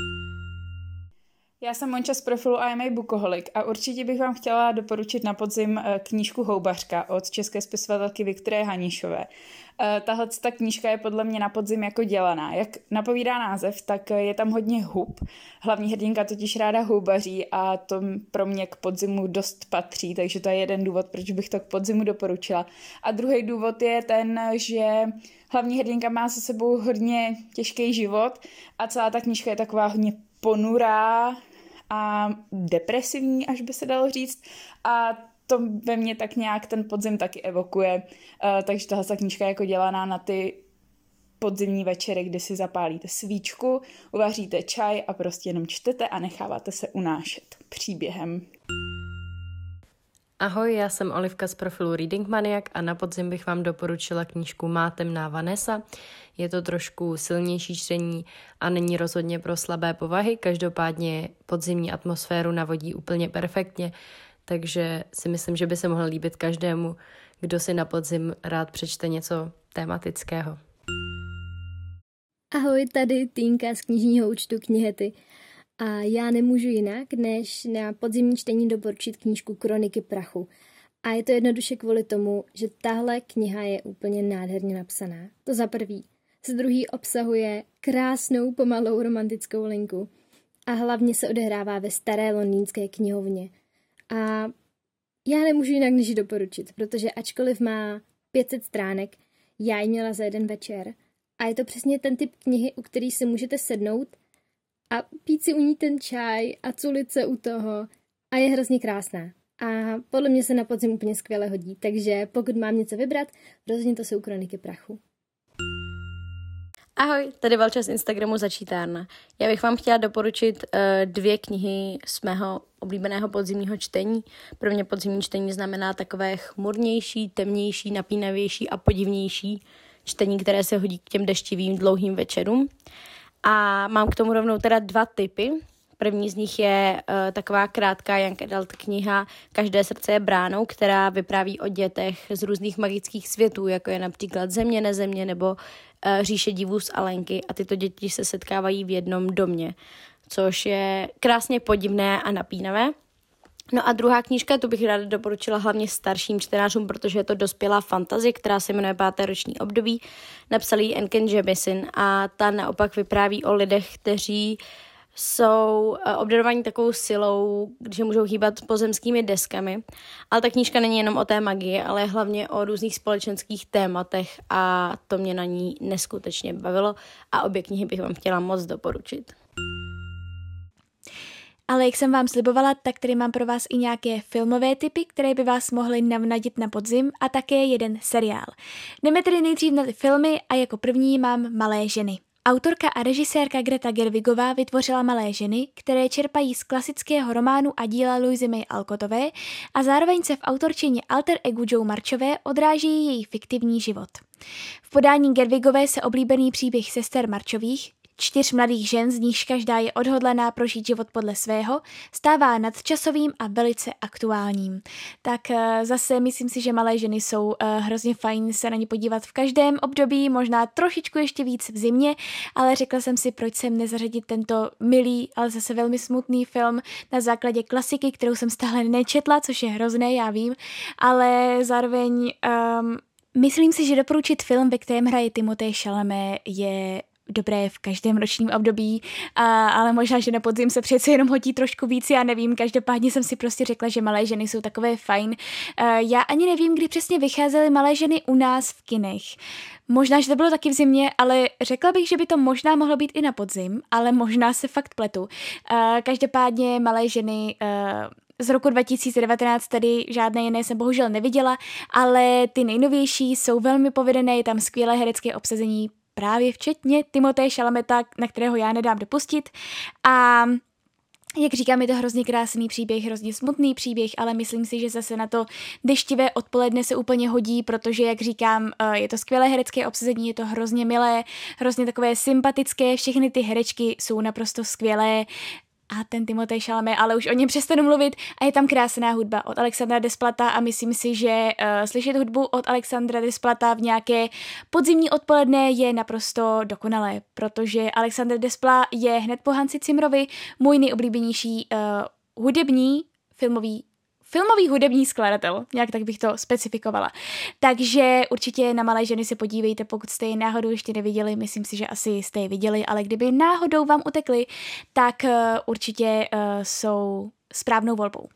Já jsem Monča z profilu IMA Bookoholic a určitě bych vám chtěla doporučit na podzim knížku Houbařka od české spisovatelky Viktorie Haníšové. Tahle ta knížka je podle mě na podzim jako dělaná. Jak napovídá název, tak je tam hodně hub. Hlavní hrdinka totiž ráda houbaří a to pro mě k podzimu dost patří, takže to je jeden důvod, proč bych to k podzimu doporučila. A druhý důvod je ten, že hlavní hrdinka má se sebou hodně těžký život a celá ta knížka je taková hodně ponurá a depresivní, až by se dalo říct. A to ve mně tak nějak ten podzim taky evokuje. Takže tahle knížka je jako dělaná na ty podzimní večery, kdy si zapálíte svíčku, uvaříte čaj a prostě jenom čtete a necháváte se unášet příběhem. Ahoj, já jsem Olivka z profilu Reading Maniac a na podzim bych vám doporučila knížku Má temná Vanessa. Je to trošku silnější čtení a není rozhodně pro slabé povahy, každopádně podzimní atmosféru navodí úplně perfektně, takže si myslím, že by se mohl líbit každému, kdo si na podzim rád přečte něco tematického. Ahoj, tady Týnka z knižního účtu Knihety. A já nemůžu jinak, než na podzimní čtení doporučit knížku Kroniky prachu. A je to jednoduše kvůli tomu, že tahle kniha je úplně nádherně napsaná. To za prvý. Za druhý obsahuje krásnou pomalou romantickou linku. A hlavně se odehrává ve staré londýnské knihovně. A já nemůžu jinak než ji doporučit, protože ačkoliv má 500 stránek, já ji měla za jeden večer. A je to přesně ten typ knihy, u který si můžete sednout a pít si u ní ten čaj a culit se u toho a je hrozně krásná. A podle mě se na podzim úplně skvěle hodí, takže pokud mám něco vybrat, rozhodně to jsou Kroniky prachu. Ahoj, tady Valča z Instagramu Začítárna. Já bych vám chtěla doporučit 2 knihy z mého oblíbeného podzimního čtení. Pro mě podzimní čtení znamená takové chmurnější, temnější, napínavější a podivnější čtení, které se hodí k těm deštivým dlouhým večerům. A mám k tomu rovnou teda 2 tipy. První z nich je taková krátká young adult kniha Každé srdce je bránou, která vypráví o dětech z různých magických světů, jako je například Země, nezemě nebo Říše divů z Alenky a tyto děti se setkávají v jednom domě, což je krásně podivné a napínavé. No a druhá knížka, tu bych ráda doporučila hlavně starším čtenářům, protože je to dospělá fantazie, která se jmenuje 5. roční období. Napsal ji Ken Jemisin a ta naopak vypráví o lidech, kteří jsou obdarovaní takovou silou, že můžou hýbat pozemskými deskami. Ale ta knížka není jenom o té magii, ale hlavně o různých společenských tématech a to mě na ní neskutečně bavilo a obě knihy bych vám chtěla moc doporučit. Ale jak jsem vám slibovala, tak tady mám pro vás i nějaké filmové tipy, které by vás mohly navnadit na podzim a také jeden seriál. Jdeme tedy nejdřív na ty filmy a jako první mám Malé ženy. Autorka a režisérka Greta Gerwigová vytvořila Malé ženy, které čerpají z klasického románu a díla Louisy May Alcottové a zároveň se v autorčině alter egu Joe Marchové odráží její fiktivní život. V podání Gerwigové se oblíbený příběh sester Marchových, 4 mladých žen, z nichž každá je odhodlaná prožít život podle svého, stává nadčasovým a velice aktuálním. Tak zase myslím si, že Malé ženy jsou hrozně fajn se na ně podívat v každém období, možná trošičku ještě víc v zimě, ale řekla jsem si, proč sem nezařadit tento milý, ale zase velmi smutný film na základě klasiky, kterou jsem stále nečetla, což je hrozné, já vím, ale zároveň myslím si, že doporučit film, ve kterém hraje Timothée Chalamet, je dobré v každém ročním období, ale možná, že na podzim se přece jenom hodí trošku víc, já nevím, každopádně jsem si prostě řekla, že Malé ženy jsou takové fajn. Já ani nevím, kdy přesně vycházely Malé ženy u nás v kinech. Možná, že to bylo taky v zimě, ale řekla bych, že by to možná mohlo být i na podzim, ale možná se fakt pletu. Každopádně Malé ženy z roku 2019 tady žádné jiné jsem bohužel neviděla, ale ty nejnovější jsou velmi povedené, je tam skvělé herecké obsazení, právě včetně Timothée Chalameta, na kterého já nedám dopustit. A jak říkám, je to hrozně krásný příběh, hrozně smutný příběh, ale myslím si, že zase na to deštivé odpoledne se úplně hodí, protože, jak říkám, je to skvělé herecké obsazení, je to hrozně milé, hrozně takové sympatické, všechny ty herečky jsou naprosto skvělé. A ten Timothée Chalamet, ale už o něm přestanu mluvit a je tam krásná hudba od Alexandra Desplata a myslím si, že slyšet hudbu od Alexandra Desplata v nějaké podzimní odpoledne je naprosto dokonalé, protože Alexandr Desplat je hned po Hansi Zimmerovi můj nejoblíbenější filmový hudební skladatel, nějak tak bych to specifikovala. Takže určitě na Malé ženy se podívejte, pokud jste je náhodou ještě neviděli, myslím si, že asi jste je viděli, ale kdyby náhodou vám utekli, tak určitě jsou správnou volbou.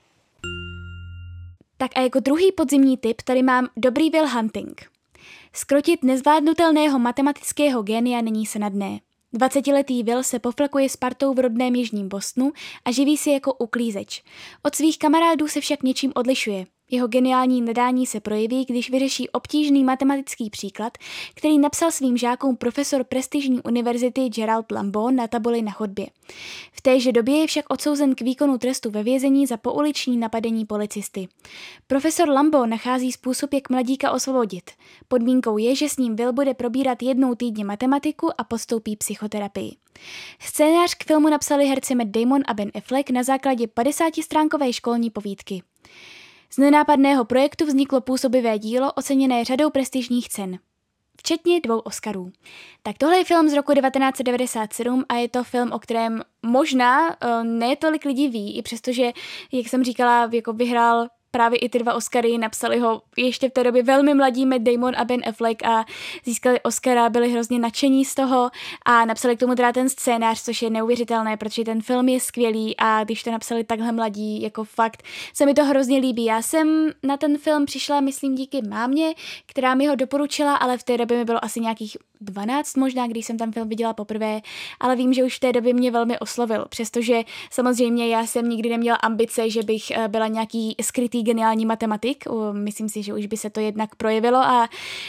Tak a jako druhý podzimní tip tady mám Dobrý Will Hunting. Zkrotit nezvládnutelného matematického génia není snadné. 20letý Will se poflakuje s partou v rodném jižním Bostonu a živí si jako uklízeč. Od svých kamarádů se však něčím odlišuje. Jeho geniální nadání se projeví, když vyřeší obtížný matematický příklad, který napsal svým žákům profesor prestižní univerzity Gerald Lambeau na tabuli na chodbě. V téže době je však odsouzen k výkonu trestu ve vězení za pouliční napadení policisty. Profesor Lambeau nachází způsob, jak mladíka osvobodit. Podmínkou je, že s ním Will bude probírat jednou týdně matematiku a podstoupí psychoterapii. Scénář k filmu napsali herci Matt Damon a Ben Affleck na základě 50stránkové školní povídky. Z nenápadného projektu vzniklo působivé dílo oceněné řadou prestižních cen, včetně 2 Oscarů. Tak tohle je film z roku 1997 a je to film, o kterém možná ne tolik lidí ví, i přestože, jak jsem říkala, jako vyhrál právě i ty 2 Oscary, napsali ho ještě v té době velmi mladí Matt Damon a Ben Affleck a získali Oscara, byli hrozně nadšení z toho a napsali k tomu teda ten scénář, což je neuvěřitelné, protože ten film je skvělý a když to napsali takhle mladí, jako fakt se mi to hrozně líbí. Já jsem na ten film přišla, myslím, díky mámě, která mi ho doporučila, ale v té době mi bylo asi nějakých 12 možná, když jsem tam film viděla poprvé, ale vím, že už v té době mě velmi oslovil, přestože samozřejmě já jsem nikdy neměla ambice, že bych byla nějaký skrytý geniální matematik, myslím si, že už by se to jednak projevilo a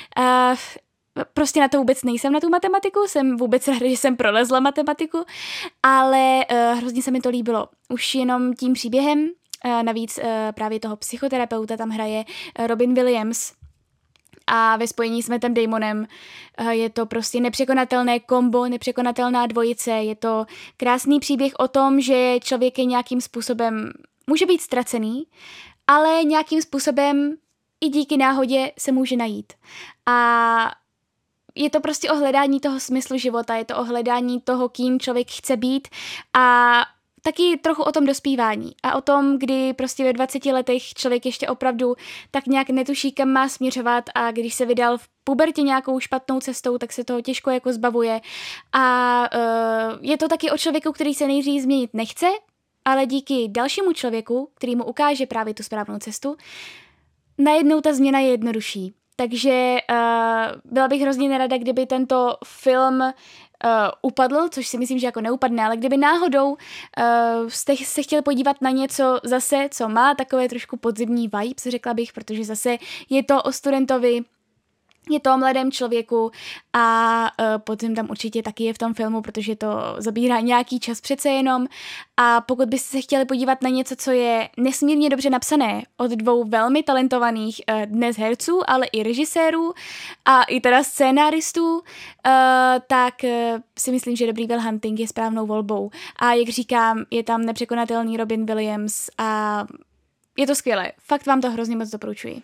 prostě na to vůbec nejsem, na tu matematiku, jsem vůbec ráda, že jsem prolezla matematiku, ale hrozně se mi to líbilo. Už jenom tím příběhem, navíc právě toho psychoterapeuta tam hraje Robin Williams, a ve spojení s Mattem Damonem je to prostě nepřekonatelné kombo, nepřekonatelná dvojice, je to krásný příběh o tom, že člověk je nějakým způsobem, může být ztracený, ale nějakým způsobem i díky náhodě se může najít. A je to prostě o hledání toho smyslu života, je to o hledání toho, kým člověk chce být a taky trochu o tom dospívání a o tom, kdy prostě ve 20 letech člověk ještě opravdu tak nějak netuší, kam má směřovat a když se vydal v pubertě nějakou špatnou cestou, tak se toho těžko jako zbavuje a je to taky o člověku, který se nejdřív změnit nechce, ale díky dalšímu člověku, který mu ukáže právě tu správnou cestu, najednou ta změna je jednodušší. Takže byla bych hrozně nerada, kdyby tento film upadl, což si myslím, že jako neupadne, ale kdyby náhodou jste se chtěli podívat na něco zase, co má takové trošku podzimní vibes, řekla bych, protože zase je to o studentovi, je to o mladém člověku a podzim tam určitě taky je v tom filmu, protože to zabírá nějaký čas přece jenom a pokud byste se chtěli podívat na něco, co je nesmírně dobře napsané od 2 velmi talentovaných dnes herců, ale i režisérů a i teda scénáristů, tak si myslím, že Dobrý Will Hunting je správnou volbou a jak říkám, je tam nepřekonatelný Robin Williams a je to skvělé, fakt vám to hrozně moc doporučuji.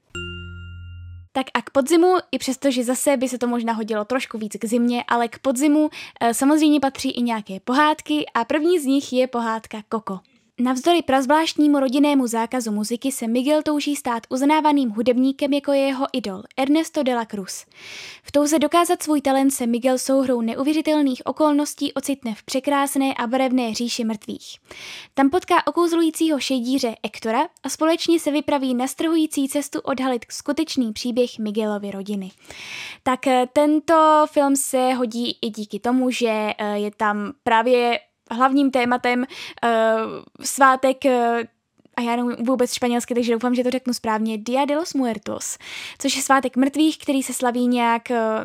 Tak a k podzimu, i přesto, že zase by se to možná hodilo trošku víc k zimě, ale k podzimu samozřejmě patří i nějaké pohádky a první z nich je pohádka Coco. Navzdory prazvláštnímu rodinnému zákazu muziky se Miguel touží stát uznávaným hudebníkem, jako je jeho idol Ernesto de la Cruz. V touze dokázat svůj talent se Miguel souhrou neuvěřitelných okolností ocitne v překrásné a barevné říši mrtvých. Tam potká okouzlujícího šejdíře Ektora a společně se vypraví na strhující cestu odhalit skutečný příběh Miguelovy rodiny. Tak tento film se hodí i díky tomu, že je tam právě hlavním tématem svátek, a já nevím vůbec španělsky, takže doufám, že to řeknu správně, Dia de los Muertos, což je svátek mrtvých, který se slaví nějak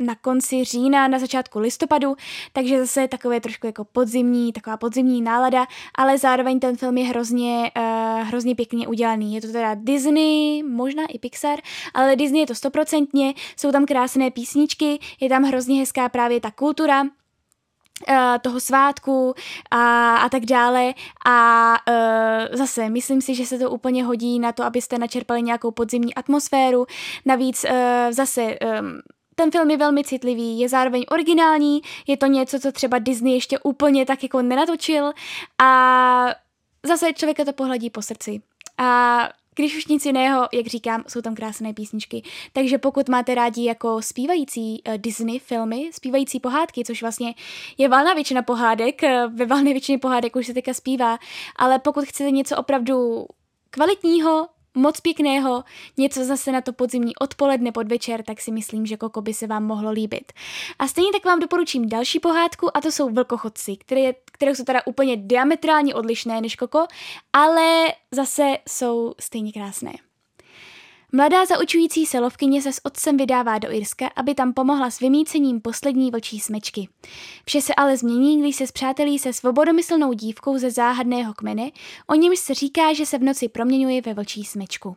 na konci října, na začátku listopadu, takže zase takové trošku jako taková podzimní nálada, ale zároveň ten film je hrozně pěkně udělaný. Je to teda Disney, možná i Pixar, ale Disney je to 100%, jsou tam krásné písničky, je tam hrozně hezká právě ta kultura toho svátku a tak dále a zase myslím si, že se to úplně hodí na to, abyste načerpali nějakou podzimní atmosféru, navíc zase ten film je velmi citlivý, je zároveň originální, je to něco, co třeba Disney ještě úplně tak jako nenatočil a zase člověka to pohladí po srdci a když už nic jiného, jak říkám, jsou tam krásné písničky. Takže pokud máte rádi jako zpívající Disney filmy, zpívající pohádky, což vlastně je valná většina pohádek, ve valné většině pohádek už se teďka zpívá, ale pokud chcete něco opravdu kvalitního, moc pěkného, něco zase na to podzimní odpoledne, podvečer, tak si myslím, že Koko by se vám mohlo líbit. A stejně tak vám doporučím další pohádku a to jsou Vlkochodci, které jsou teda úplně diametrálně odlišné než Koko, ale zase jsou stejně krásné. Mladá zaučující se lovkyně se s otcem vydává do Irska, aby tam pomohla s vymýcením poslední vlčí smečky. Vše se ale změní, když se spřátelí se svobodomyslnou dívkou ze záhadného kmene, o němž se říká, že se v noci proměňuje ve vlčí smečku.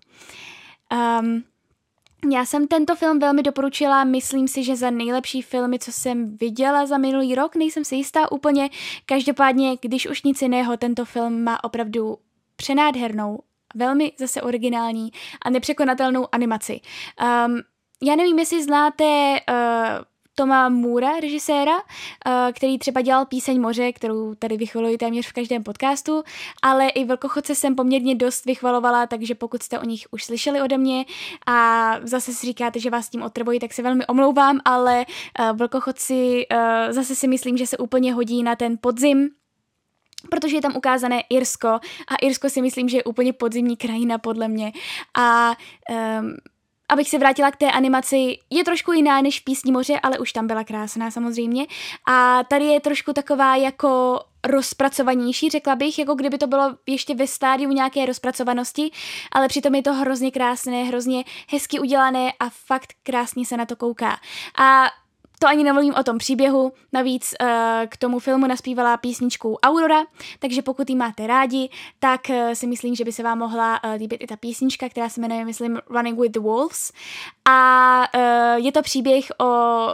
Já jsem tento film velmi doporučila, myslím si, že za nejlepší filmy, co jsem viděla za minulý rok, nejsem si jistá úplně, každopádně, když už nic jiného, tento film má opravdu přenádhernou, velmi zase originální a nepřekonatelnou animaci. Já nevím, jestli znáte Toma Moora, režiséra, který třeba dělal Píseň moře, kterou tady vychvaluji téměř v každém podcastu, ale i Vlkochodce jsem poměrně dost vychvalovala, takže pokud jste o nich už slyšeli ode mě a zase si říkáte, že vás tím otrvuji, tak se velmi omlouvám, ale Vlkochodci zase si myslím, že se úplně hodí na ten podzim, protože je tam ukázané Irsko a Irsko si myslím, že je úplně podzimní krajina podle mě a abych se vrátila k té animaci, je trošku jiná než v Písni moře, ale už tam byla krásná samozřejmě a tady je trošku taková jako rozpracovanější, řekla bych, jako kdyby to bylo ještě ve stádiu nějaké rozpracovanosti, ale přitom je to hrozně krásné, hrozně hezky udělané a fakt krásně se na to kouká. A to ani nemluvím o tom příběhu, navíc k tomu filmu naspívala písničku Aurora, takže pokud ji máte rádi, tak si myslím, že by se vám mohla líbit i ta písnička, která se jmenuje, myslím, Running with the Wolves. A je to příběh o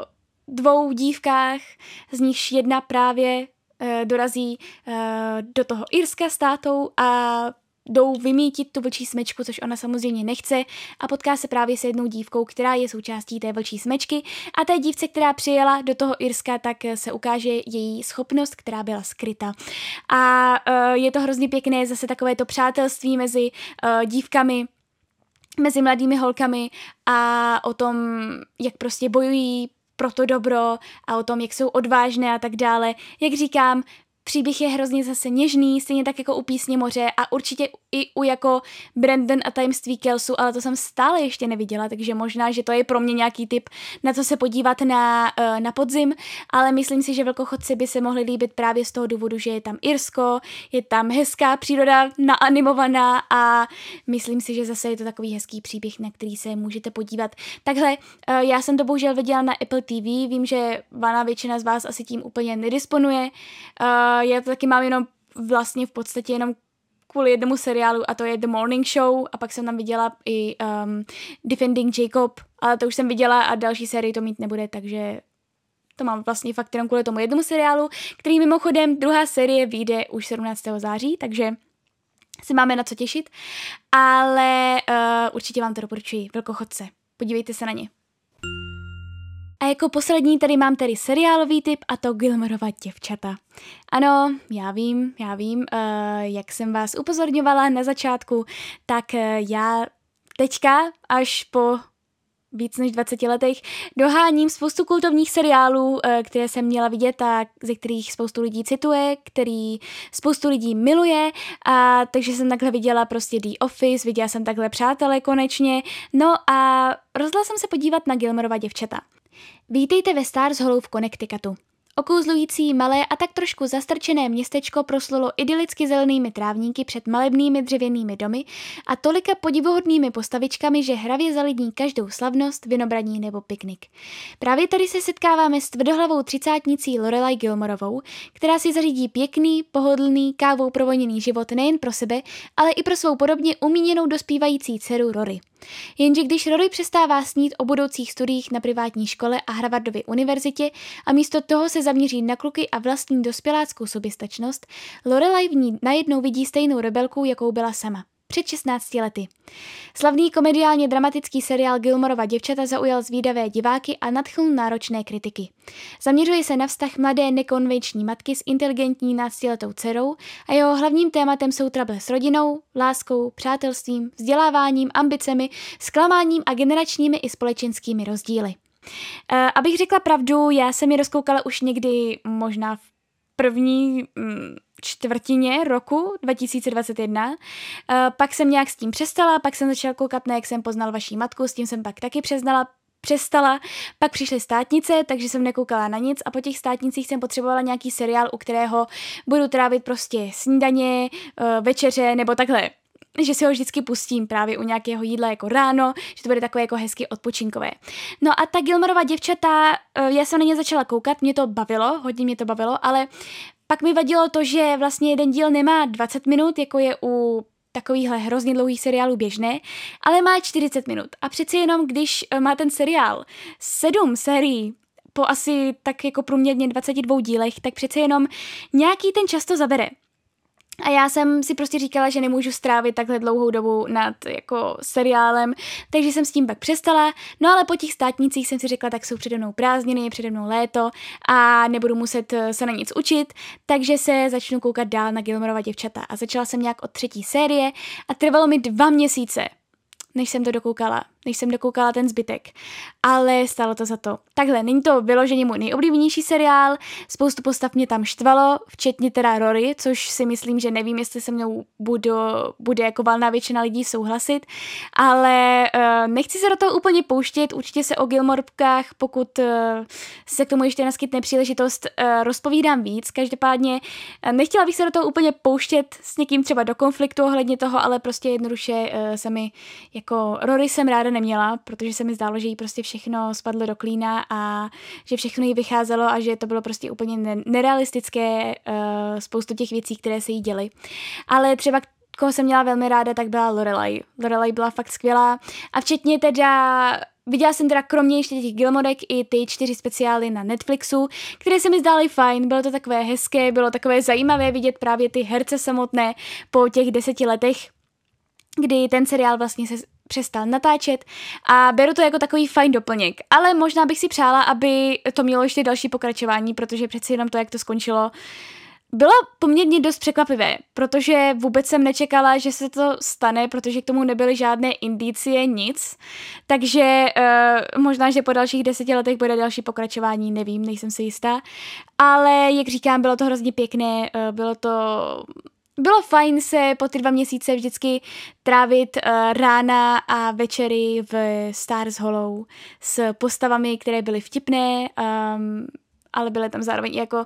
2 dívkách, z nichž jedna právě dorazí do toho Irska s tátou a jdou vymítit tu vlčí smečku, což ona samozřejmě nechce a potká se právě s jednou dívkou, která je součástí té vlčí smečky a té dívce, která přijela do toho Irska, tak se ukáže její schopnost, která byla skryta. A je to hrozně pěkné, zase takové to přátelství mezi dívkami, mezi mladými holkami a o tom, jak prostě bojují pro to dobro a o tom, jak jsou odvážné a tak dále. Jak říkám, příběh je hrozně zase něžný, stejně tak jako u Písně moře a určitě i u jako Brandon a tajemství Kelsu, ale to jsem stále ještě neviděla, takže možná, že to je pro mě nějaký tip, na co se podívat na podzim, ale myslím si, že Vlkochodci by se mohli líbit právě z toho důvodu, že je tam Irsko, je tam hezká příroda naanimovaná a myslím si, že zase je to takový hezký příběh, na který se můžete podívat. Takhle, já jsem to bohužel viděla na Apple TV, vím, že valná většina z vás asi tím úplně nedisponuje, já to taky mám jenom vlastně v podstatě jenom kvůli jednomu seriálu a to je The Morning Show a pak jsem tam viděla i Defending Jacob, ale to už jsem viděla a další sérii to mít nebude, takže to mám vlastně fakt jenom kvůli tomu jednomu seriálu, který mimochodem druhá série vyjde už 17. září, takže se máme na co těšit, ale určitě vám to doporučuji, Vlkochodce, podívejte se na ně. A jako poslední tady mám tedy seriálový tip a to Gilmorova děvčata. Ano, já vím, jak jsem vás upozorňovala na začátku, tak já teďka až po víc než 20 letech doháním spoustu kultovních seriálů, které jsem měla vidět a ze kterých spoustu lidí cituje, který spoustu lidí miluje a takže jsem takhle viděla prostě The Office, viděla jsem takhle Přátelé konečně, no a rozhodla jsem se podívat na Gilmorova děvčata. Vítejte ve Stars Hollow v Connecticutu. Okouzlující, malé a tak trošku zastrčené městečko proslulo idylicky zelenými trávníky před malebnými dřevěnými domy a tolika podivuhodnými postavičkami, že hravě zalidní každou slavnost, vinobraní nebo piknik. Právě tady se setkáváme s tvrdohlavou třicátnicí Lorelai Gilmorovou, která si zařídí pěkný, pohodlný, kávou provoněný život nejen pro sebe, ale i pro svou podobně umíněnou dospívající dceru Rory. Jenže když Rory přestává snít o budoucích studiích na privátní škole a Harvardově univerzitě a místo toho se zaměří na kluky a vlastní dospěláckou soběstačnost, Lorelai v ní najednou vidí stejnou rebelku, jakou byla sama. Před 16 lety. Slavný komediálně dramatický seriál Gilmorova děvčata zaujal zvídavé diváky a nadchl náročné kritiky. Zaměřuje se na vztah mladé nekonvenční matky s inteligentní 12letou dcerou a jeho hlavním tématem jsou trable s rodinou, láskou, přátelstvím, vzděláváním, ambicemi, zklamáním a generačními i společenskými rozdíly. Abych řekla pravdu, já jsem ji rozkoukala už někdy možná v první čtvrtině roku 2021. Pak jsem nějak s tím přestala, pak jsem začala koukat na Jak jsem poznal vaší matku, s tím jsem pak taky přestala, pak přišly státnice, takže jsem nekoukala na nic a po těch státnicích jsem potřebovala nějaký seriál, u kterého budu trávit prostě snídaně, večeře nebo takhle. Že si ho vždycky pustím právě u nějakého jídla jako ráno, že to bude takové jako hezky odpočinkové. No a ta Gilmorova děvčata, já jsem na ně začala koukat, mě to bavilo, hodně mě to bavilo, ale pak mi vadilo to, že vlastně jeden díl nemá 20 minut, jako je u takovýchhle hrozně dlouhých seriálů běžné, ale má 40 minut. A přeci jenom, když má ten seriál 7 sérií po asi tak jako průměrně 22 dílech, tak přeci jenom nějaký ten čas to zabere. A já jsem si prostě říkala, že nemůžu strávit takhle dlouhou dobu nad jako seriálem, takže jsem s tím pak přestala. No ale po těch státnicích jsem si řekla, tak jsou přede mnou prázdniny, přede mnou léto a nebudu muset se na nic učit, takže se začnu koukat dál na Gilmorova děvčata. A začala jsem nějak od 3. série a trvalo mi 2 měsíce, než jsem dokoukala ten zbytek. Ale stálo to za to. Takhle, není to vyloženě můj nejoblíbenější seriál, spoustu postav mě tam štvalo, včetně teda Rory, což si myslím, že nevím, jestli se mnou bude jako valná většina lidí souhlasit, ale nechci se do toho úplně pouštět, určitě se o Gilmorkách, pokud se k tomu ještě naskytne příležitost, rozpovídám víc. Každopádně nechtěla bych se do toho úplně pouštět s někým třeba do konfliktu ohledně toho, ale prostě jednoduše se mi jako Rory jsem ráda neměla, protože se mi zdálo, že jí prostě všechno spadlo do klína a že všechno jí vycházelo a že to bylo prostě úplně nerealistické, spoustu těch věcí, které se jí děly. Ale třeba koho jsem měla velmi ráda, tak byla Lorelai. Lorelai byla fakt skvělá a včetně teda viděla jsem teda kromě ještě těch Gilmorek i ty 4 speciály na Netflixu, které se mi zdály fajn, bylo to takové hezké, bylo takové zajímavé vidět právě ty herce samotné po těch 10 letech, kdy ten seriál vlastně se přestal natáčet a beru to jako takový fajn doplněk. Ale možná bych si přála, aby to mělo ještě další pokračování, protože přeci jenom to, jak to skončilo, bylo poměrně dost překvapivé, protože vůbec jsem nečekala, že se to stane, protože k tomu nebyly žádné indicie, nic. Takže možná, že po dalších 10 letech bude další pokračování, nevím, nejsem si jistá. Ale jak říkám, bylo to hrozně pěkné, bylo fajn se po ty 2 měsíce vždycky trávit rána a večery v Stars Hollow s postavami, které byly vtipné, ale byly tam zároveň jako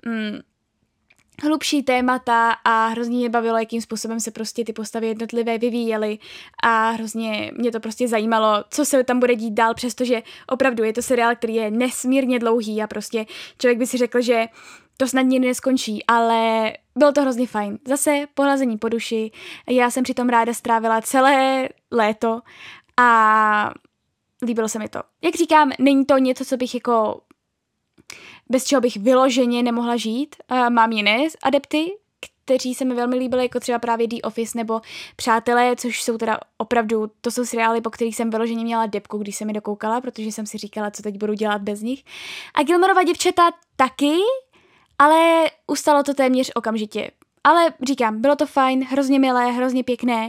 hlubší témata a hrozně mě bavilo, jakým způsobem se prostě ty postavy jednotlivé vyvíjely a hrozně mě to prostě zajímalo, co se tam bude dít dál, přestože opravdu je to seriál, který je nesmírně dlouhý a prostě člověk by si řekl, že to snad nikdy neskončí, ale bylo to hrozně fajn. Zase pohlazení po duši, já jsem přitom ráda strávila celé léto a líbilo se mi to. Jak říkám, není to něco, co bych jako bez čeho bych vyloženě nemohla žít. Mám jiné adepty, kteří se mi velmi líbili, jako třeba právě The Office nebo Přátelé, což jsou teda opravdu, to jsou seriály, po kterých jsem vyloženě měla depku, když jsem mi dokoukala, protože jsem si říkala, co teď budu dělat bez nich. A Gilmorova děvčata taky, ale ustalo to téměř okamžitě. Ale říkám, bylo to fajn, hrozně milé, hrozně pěkné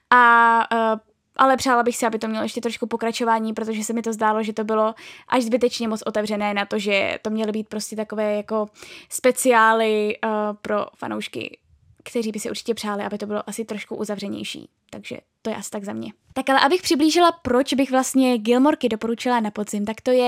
ale přála bych si, aby to mělo ještě trošku pokračování, protože se mi to zdálo, že to bylo až zbytečně moc otevřené na to, že to měly být prostě takové jako speciály pro fanoušky, kteří by si určitě přáli, aby to bylo asi trošku uzavřenější. Takže to je asi tak za mě. Tak ale abych přiblížila, proč bych vlastně Gilmorky doporučila na podzim, tak to je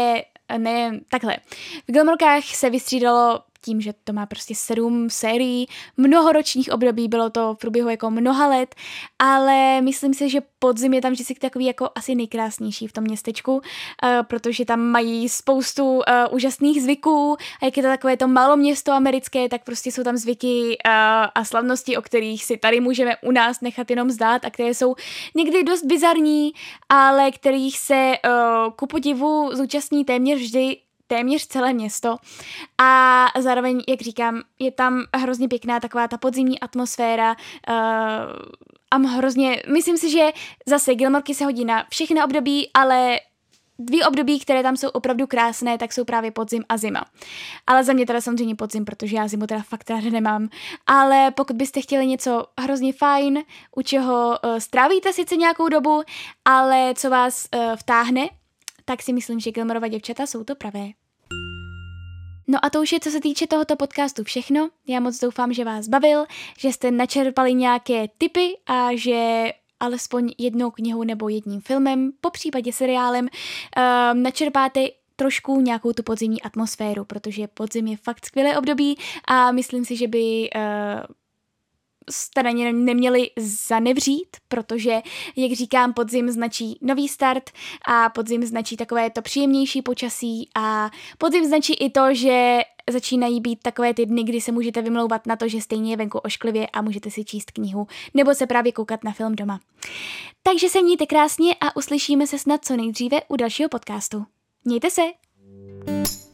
takhle. V Gilmorkách se vystřídalo tím, že to má prostě 7 sérií, mnohoročních období, bylo to v průběhu jako mnoha let, ale myslím si, že podzim je tam vždycky takový jako asi nejkrásnější v tom městečku, protože tam mají spoustu úžasných zvyků a jak je to takové to maloměsto americké, tak prostě jsou tam zvyky a slavnosti, o kterých si tady můžeme u nás nechat jenom zdát a které jsou někdy dost bizarní, ale kterých se ku podivu zúčastní téměř celé město a zároveň, jak říkám, je tam hrozně pěkná taková ta podzimní atmosféra a myslím si, že zase Gilmorky se hodí na všechna období, ale 2 období, které tam jsou opravdu krásné, tak jsou právě podzim a zima. Ale za mě teda samozřejmě podzim, protože já zimu teda fakt ráda nemám. Ale pokud byste chtěli něco hrozně fajn, u čeho strávíte sice nějakou dobu, ale co vás vtáhne, tak si myslím, že Gilmorova děvčata jsou to pravé. No a to už je, co se týče tohoto podcastu, všechno. Já moc doufám, že vás bavil, že jste načerpali nějaké tipy a že alespoň jednou knihou nebo jedním filmem, popřípadě seriálem, načerpáte trošku nějakou tu podzimní atmosféru, protože podzim je fakt skvělé období a myslím si, že by straně neměli zanevřít, protože, jak říkám, podzim značí nový start a podzim značí takové to příjemnější počasí a podzim značí i to, že začínají být takové ty dny, kdy se můžete vymlouvat na to, že stejně je venku ošklivě a můžete si číst knihu nebo se právě koukat na film doma. Takže se mějte krásně a uslyšíme se snad co nejdříve u dalšího podcastu. Mějte se!